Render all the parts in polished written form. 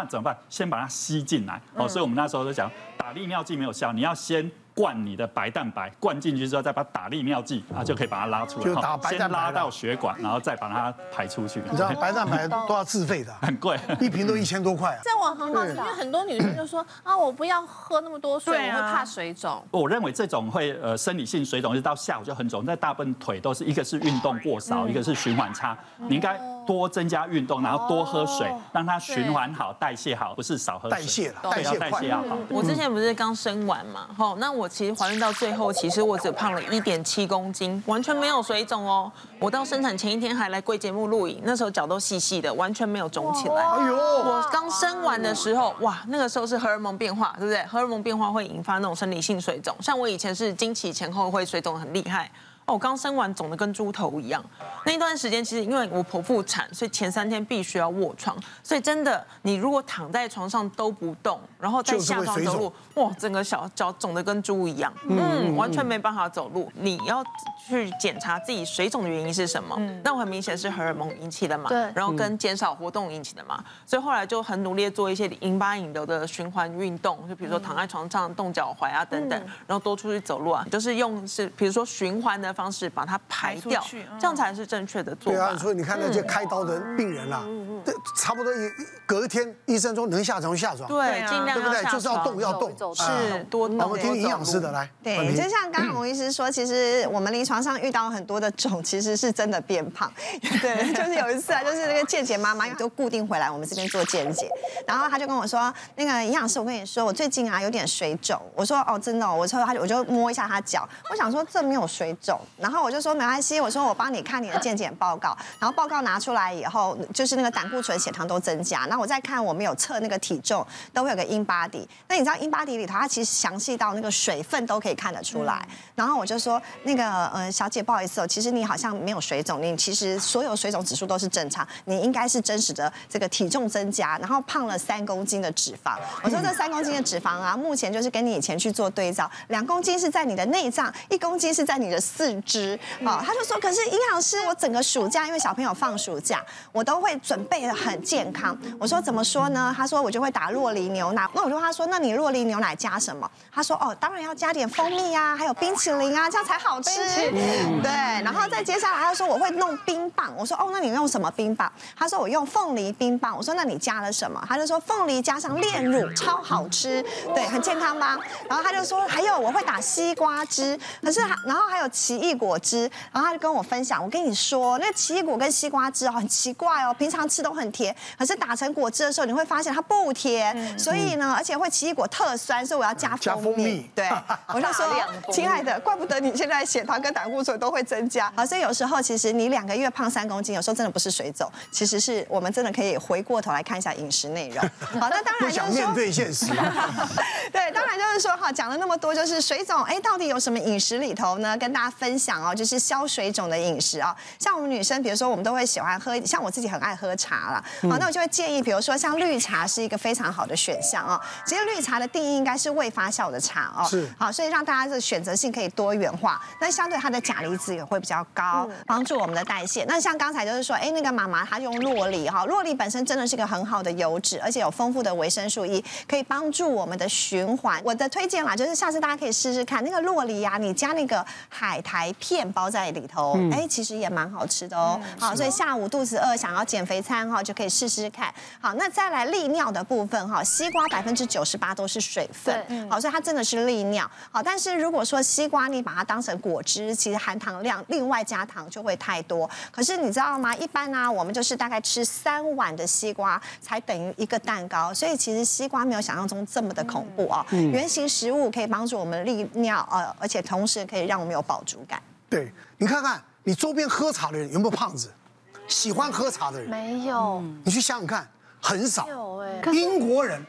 那怎么办？先把它吸进来。所以我们那时候就讲，打利尿剂没有效，你要先灌你的白蛋白，灌进去之后再把它打利尿剂，就可以把它拉出来。 就打白蛋白， 先拉到血管，然后再把它排出去。 你知道白蛋白都要自费的， 很贵， 一瓶都1000多块啊。 这我很好奇，因为很多女生就说啊，我不要喝那么多水，我会怕水肿。 我认为这种会生理性水肿，一直到下午就很肿。在大部分腿都是一个是运动过少，一个是循环差。你应该多增加运动，然后多喝水，让它循环好、代谢好，不是少喝水。 代谢了， 代谢要好。 我之前不是刚生完嘛，那我其实怀孕到最后，其实我只胖了1.7公斤，完全没有水肿哦。我到生产前一天还来贵节目录影，那时候脚都细细的，完全没有肿起来。哎呦！我刚生完的时候，哇，那个时候是荷尔蒙变化，对不对？荷尔蒙变化会引发那种生理性水肿，像我以前是经期前后会水肿很厉害。我刚生完肿得跟猪头一样，那一段时间其实因为我剖腹产，所以前3天必须要卧床，所以真的你如果躺在床上都不动，然后再下床走路，哇，整个小脚肿得跟猪一样，完全没办法走路。你要去检查自己水肿的原因是什么？那我很明显是荷尔蒙引起的嘛，然后跟减少活动引起的嘛，所以后来就很努力做一些淋巴引流的循环运动，就比如说躺在床上动脚踝啊等等，然后多出去走路啊，就是用比如说循环的方式把它排掉，这样才是正确的做法。 对啊，所以你看那些开刀的病人啦，差不多隔一天医生说能下床就下床， 对，尽量对不对？就是要动要动， 是多动。 我们听营养师的来。 对，就像刚刚洪医师说，其实我们临床上遇到很多的肿，其实是真的变胖。对，就是有一次啊，就是那个健检妈妈都固定回来我们这边做健检，然后她就跟我说，那个营养师，我跟你说，我最近啊有点水肿。我说哦，真的哦，我就摸一下她脚，我想说这没有水肿。然后我就说没关系，我说我帮你看你的健检报告，然后报告拿出来以后，就是那个胆固醇、血糖都增加，然后我再看我们有测那个体重，都会有个 InBody。那你知道 InBody 里头，它其实详细到那个水分都可以看得出来。然后我就说那个小姐不好意思哦，其实你好像没有水肿，你其实所有水肿指数都是正常，你应该是真实的这个体重增加，然后胖了3公斤的脂肪。我说这3公斤的脂肪啊，目前就是跟你以前去做对照，2公斤是在你的内脏，1公斤是在你的四肢。他就说，可是营养师，我整个暑假因为小朋友放暑假，我都会准备的很健康。我说怎么说呢？他说我就会打酪梨牛奶。那我就他说，那你酪梨牛奶加什么？他说哦，当然要加点蜂蜜啊，还有冰淇淋啊，这样才好吃。对，然后再接下来他说我会弄冰棒。我说哦，那你用什么冰棒？他说我用凤梨冰棒。我说那你加了什么？他就说凤梨加上炼乳，超好吃。对，很健康吧？然后他就说还有我会打西瓜汁，可是然后还有奇异果汁。然后他就跟我分享，我跟你说，那奇异果跟西瓜汁很奇怪哦，平常吃都很甜，可是打成果汁的时候，你会发现它不甜，所以呢，而且会奇异果特酸，所以我要加蜂蜜。对，我就说，亲爱的，怪不得你现在血糖跟胆固醇都会增加。好，所以有时候其实你2个月胖3公斤，有时候真的不是水肿，其实是我们真的可以回过头来看一下饮食内容。好，那当然就是说， 不想面对现实。 对，当然就是说，哈，讲了那么多，就是水肿，到底有什么饮食里头呢？跟大家分享哦，就是消水肿的饮食啊。像我们女生，比如说我们都会喜欢喝，像我自己很爱喝茶啦。好，那我就会建议，比如说像绿茶是一个非常好的选项哦。其实绿茶的定义应该是未发酵的茶哦。 是。 好，所以让大家的选择性可以多元化。那相对它的钾离子也会比较高，帮助我们的代谢。那像刚才就是说，那个妈妈她用酪梨哈，酪梨本身真的是一个很好的油脂，而且有丰富的维生素 E， 可以帮助我们的循环。我的推荐啦，就是下次大家可以试试看那个酪梨啊，你加那个海苔片包在里头，其实也蛮好吃的哦。好，所以下午肚子饿想要减肥餐哈，就可以试试看。好，那再来利尿的部分哈，西瓜98%都是水分，好，所以它真的是利尿。好，但是如果说西瓜你把它当成果汁，其实含糖量另外加糖就会太多。可是你知道吗？一般呢，我们就是大概吃3碗的西瓜才等于1个蛋糕，所以其实西瓜没有想象中这么的恐怖哦。原型食物可以帮助我们利尿，而且同时可以让我们有饱足感。 对，你看看你周边喝茶的人有没有胖子？喜欢喝茶的人没有， 你去想想看，很少。 有哎， 英国人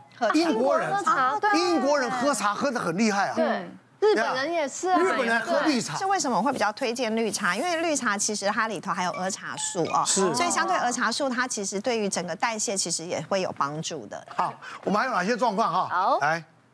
喝茶喝得很厉害啊。 对。日本人也是啊， 日本人喝绿茶是为什么我会比较推荐绿茶？因为绿茶其实它里头还有儿茶素哦， 是， 所以相对儿茶素，它其实对于整个代谢其实也会有帮助的。 好，我们还有哪些状况哈？ 好， 来，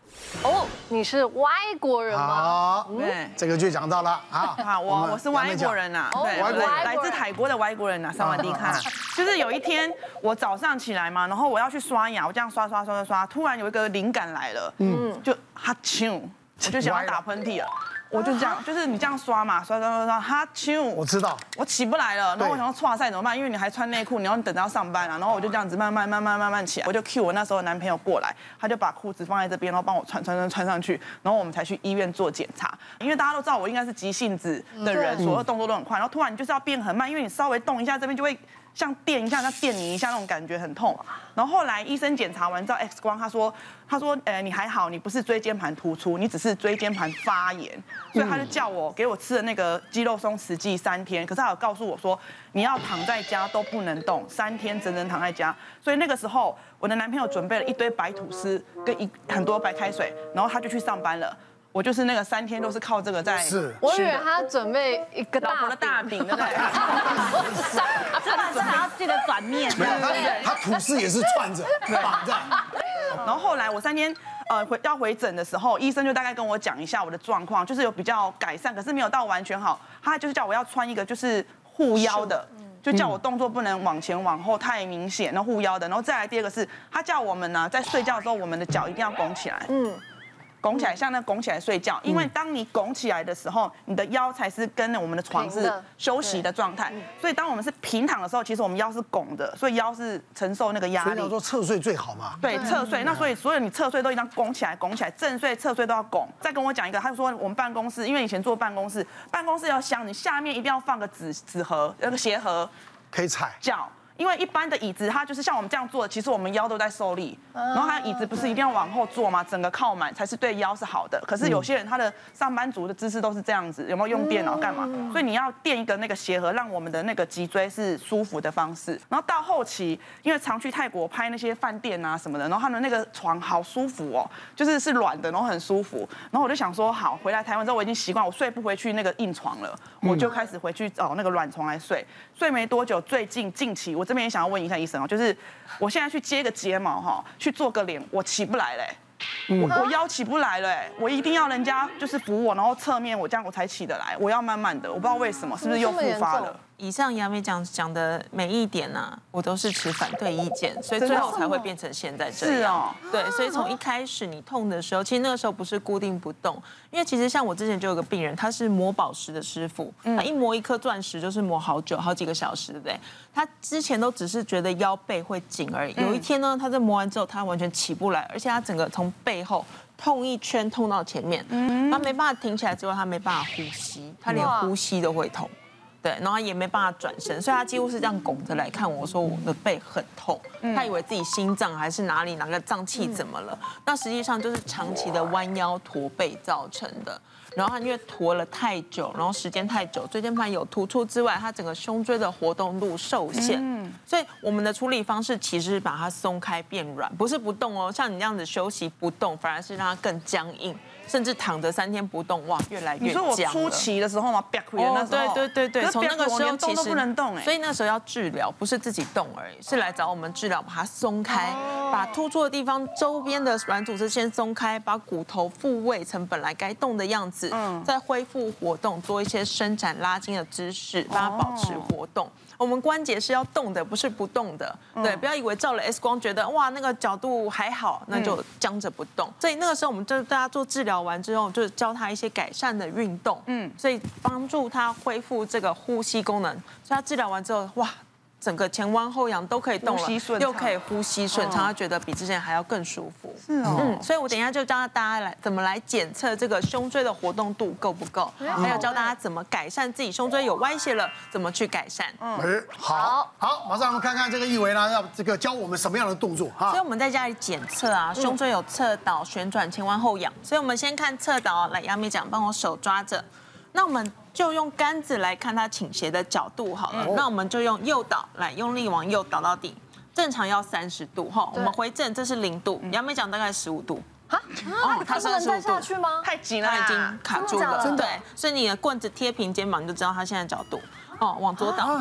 哦，你是外国人吗？ 好， 对， 这个就讲到了啊。 好，我是外国人呐，对， 外国人来自泰国的外国人呐，萨瓦迪卡。就是有一天我早上起来嘛，然后我要去刷牙，我这样刷，突然有一个灵感来了，就哈啾，我就想要打喷嚏了。我就这样，就是你这样刷嘛，刷，哈啾， 我知道， 我起不来了，然后我想说唰赛怎么办？因为你还穿内裤，你要等着要上班啊，然后我就这样子慢慢起来，我就 cue 我那时候的男朋友过来，他就把裤子放在这边，然后帮我穿上去，然后我们才去医院做检查。因为大家都知道我应该是急性子的人，所有动作都很快，然后突然你就是要变很慢，因为你稍微动一下这边就会像电一下，像电你一下那种感觉很痛。然后后来医生检查完照 X 光，他说，你还好，你不是椎间盘突出，你只是椎间盘发炎，所以他就叫我给我吃的那个肌肉松弛剂3天，可是他有告诉我说，你要躺在家都不能动，3天整整躺在家。所以那个时候，我的男朋友准备了一堆白吐司跟很多白开水，然后他就去上班了。我就是那个3天都是靠这个在吃的。 我以为他准备一个老婆的大饼，对不对？ 这还要记得转面。 没有他吐司也是串着绑在。 然后后来我3天要回诊的时候，医生就大概跟我讲一下我的状况，就是有比较改善，可是没有到完全好。他就是叫我要穿一个就是护腰的。就叫我动作不能往前往后太明显，然后护腰的。然后再来第二个是，他叫我们呢在睡觉的时候，我们的脚一定要拱起来。拱起来，像那拱起来睡觉，因为当你拱起来的时候，你的腰才是跟我们的床是休息的状态。所以当我们是平躺的时候，其实我们腰是拱的，所以腰是承受那个压力。 所以要说侧睡最好嘛。 对，侧睡。那所以所有你侧睡都一定要拱起来，正睡、侧睡都要拱。再跟我讲一个，他说我们办公室，因为以前坐办公室要想你下面一定要放个纸盒，那个鞋盒， 可以踩脚。因为一般的椅子，它就是像我们这样坐的，其实我们腰都在受力。然后它的椅子不是一定要往后坐吗？整个靠满才是对腰是好的。可是有些人他的上班族的姿势都是这样子，有没有用电脑干嘛？所以你要垫一个那个鞋盒，让我们的那个脊椎是舒服的方式。然后到后期，因为常去泰国拍那些饭店啊什么的，然后他们那个床好舒服哦，就是软的，然后很舒服。然后我就想说，好，回来台湾之后我已经习惯，我睡不回去那个硬床了，我就开始回去找那个软床来睡。睡没多久，近期我这边也想要问一下医生哦，就是我现在去接个睫毛哈，去做个脸，我起不来嘞，我腰起不来了，我一定要人家就是扶我，然后侧面我这样我才起得来，我要慢慢的，我不知道为什么，是不是又复发了？ 以上杨梅讲的每一点呢，我都是持反对意见，所以最后才会变成现在这样。对，所以从一开始你痛的时候，其实那个时候不是固定不动，因为其实像我之前就有个病人，他是磨宝石的师傅，他一磨一颗钻石就是磨好久，好几个小时，对不对？他之前都只是觉得腰背会紧而已，有一天呢，他在磨完之后，他完全起不来，而且他整个从背后痛一圈痛到前面，他没办法挺起来之后，他没办法呼吸，他连呼吸都会痛。对，然后也没办法转身，所以他几乎是这样拱着来看我说我的背很痛，他以为自己心脏还是哪个脏器怎么了，那实际上就是长期的弯腰驼背造成的。然后他因为驼了太久，然后时间太久，椎间盘有突出之外，他整个胸椎的活动度受限，所以我们的处理方式其实是把它松开变软，不是不动哦，像你这样子休息不动，反而是让它更僵硬。甚至躺着3天不动，哇，越来越僵了。 你说我初期的时候嘛，憋亏的那时候， 对，从那个时候动都不能动， 所以那时候要治疗，不是自己动而已，是来找我们治疗，把它松开，把突出的地方周边的软组织先松开，把骨头复位成本来该动的样子，再恢复活动，做一些伸展拉筋的姿势，让它保持活动。我们关节是要动的，不是不动的。对，不要以为照了 X 光觉得哇那个角度还好，那就僵着不动。所以那个时候我们就大家做治疗完之后，就教他一些改善的运动，所以帮助他恢复这个呼吸功能。所以他治疗完之后，哇，整个前弯后仰都可以动了，又可以呼吸顺畅，他觉得比之前还要更舒服。 是哦， 所以我等一下就教大家怎么来检测这个胸椎的活动度够不够，还有教大家怎么改善自己胸椎有歪斜了怎么去改善。 好，马上我们看看这个一维呢要这个教我们什么样的动作哈。 所以我们在家里检测啊，胸椎有侧倒、旋转、前弯后仰。所以我们先看侧倒，来杨梅讲，帮我手抓着。那我们就用杆子来看它倾斜的角度好了。那我们就用右倒来用力往右倒到底，正常要30度哈。我们回正，这是0度，杨梅讲大概15度。 它不能再下去吗？ 太紧了， 它已经卡住了。对，所以你的棍子贴平肩膀，你就知道它现在角度。往左倒，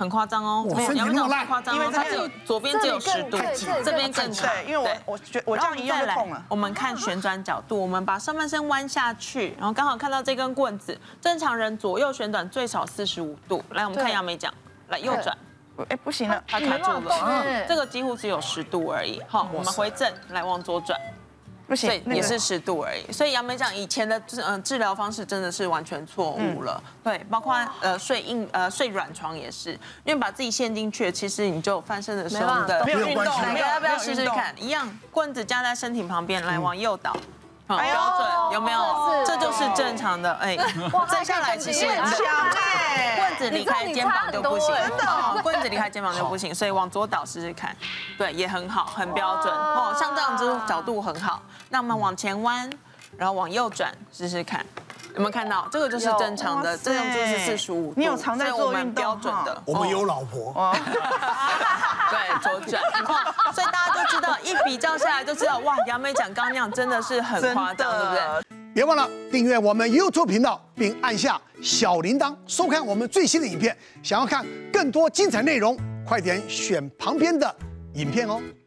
很夸张哦， 哇身体杨梅那么烂长太夸张哦，它只有左边只有10度，这边更惨。 对，因为我这样一用就痛了。 我们看旋转角度，我们把上半身弯下去，然后刚好看到这根棍子，正常人左右旋转最少45度。来，我们看杨梅讲，来右转。 哎，不行了， 它卡住了，这个几乎只有10度而已。好，我们回正，来往左转， 不行， 也是10度而已。所以杨梅讲以前的治疗方式真的是完全错误了。对，包括睡软床也是，因为把自己陷进去，其实你就翻身的时候的没有运动， 要不要试试看？一样，棍子架在身体旁边，来往右倒。标准有没有？这就是正常的。哎，再下来其实很强哎， 棍子离开肩膀就不行，真的，棍子离开肩膀就不行，所以往左倒试试看，对，也很好，很标准哦。像这样子角度很好，那我们往前弯，然后往右转试试看。有没有看到？这个就是正常的，这种就是45度。 你有常在做运动， 标准的。 我们有老婆。 对，左转。所以大家都知道，一比较下来就知道，哇，杨梅讲刚刚那样真的是很夸张，对不对？ 别忘了订阅我们 YouTube 频道，并按下小铃铛，收看我们最新的影片。想要看更多精彩内容，快点选旁边的影片哦。